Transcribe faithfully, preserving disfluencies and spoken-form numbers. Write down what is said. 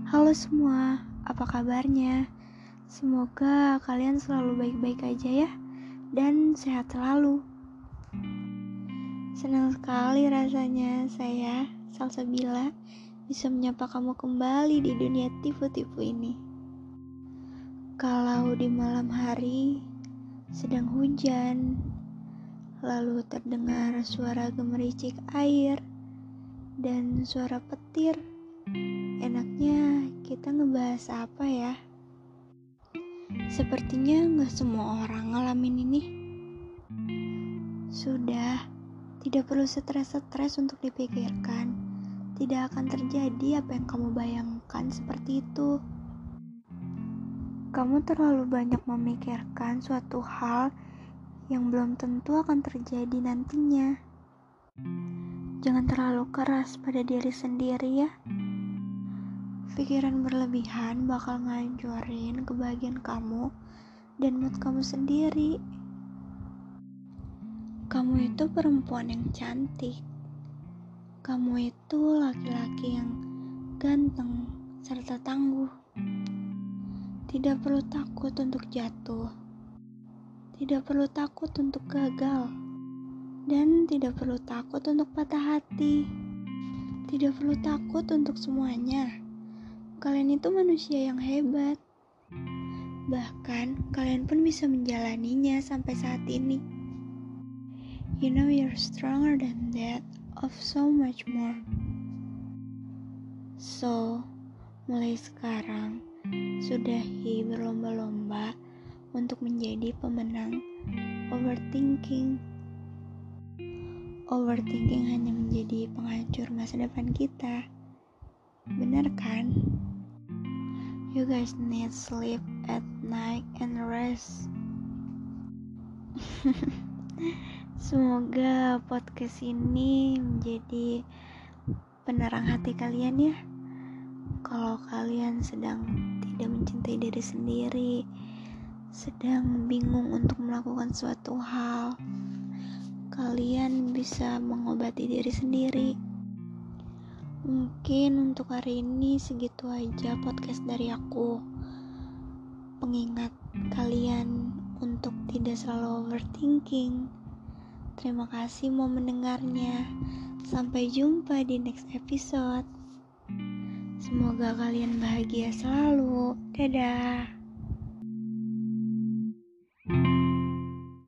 Halo semua, apa kabarnya? Semoga kalian selalu baik-baik aja ya, dan sehat selalu. Senang sekali rasanya saya, Salsabila, bisa menyapa kamu kembali di dunia tipu-tipu ini. Kalau di malam hari sedang hujan, lalu terdengar suara gemericik air dan suara petir, enaknya kita ngebahas apa ya? Sepertinya gak semua orang ngalamin ini. Sudah, tidak perlu stres-stres untuk dipikirkan. Tidak akan terjadi apa yang kamu bayangkan seperti itu. Kamu terlalu banyak memikirkan suatu hal yang belum tentu akan terjadi nantinya. Jangan terlalu keras pada diri sendiri ya. Pikiran berlebihan bakal ngancurin kebahagiaan kamu dan mood kamu sendiri. Kamu itu perempuan yang cantik. Kamu itu laki-laki yang ganteng serta tangguh. Tidak perlu takut untuk jatuh. Tidak perlu takut untuk gagal. Dan tidak perlu takut untuk patah hati. Tidak perlu takut untuk semuanya. Kalian itu manusia yang hebat. Bahkan kalian pun bisa menjalaninya sampai saat ini. You know you're stronger than that, of so much more. So, mulai sekarang sudahi berlomba-lomba untuk menjadi pemenang overthinking. Overthinking hanya menjadi penghancur masa depan kita. Benar kan? You guys need sleep at night and rest. Semoga podcast ini menjadi penerang hati kalian ya. Kalau kalian sedang tidak mencintai diri sendiri, sedang bingung untuk melakukan suatu hal, kalian bisa mengobati diri sendiri. Mungkin untuk hari ini segitu aja podcast dari aku. Pengingat kalian untuk tidak selalu overthinking. Terima kasih mau mendengarnya. Sampai jumpa di next episode. Semoga kalian bahagia selalu. Dadah.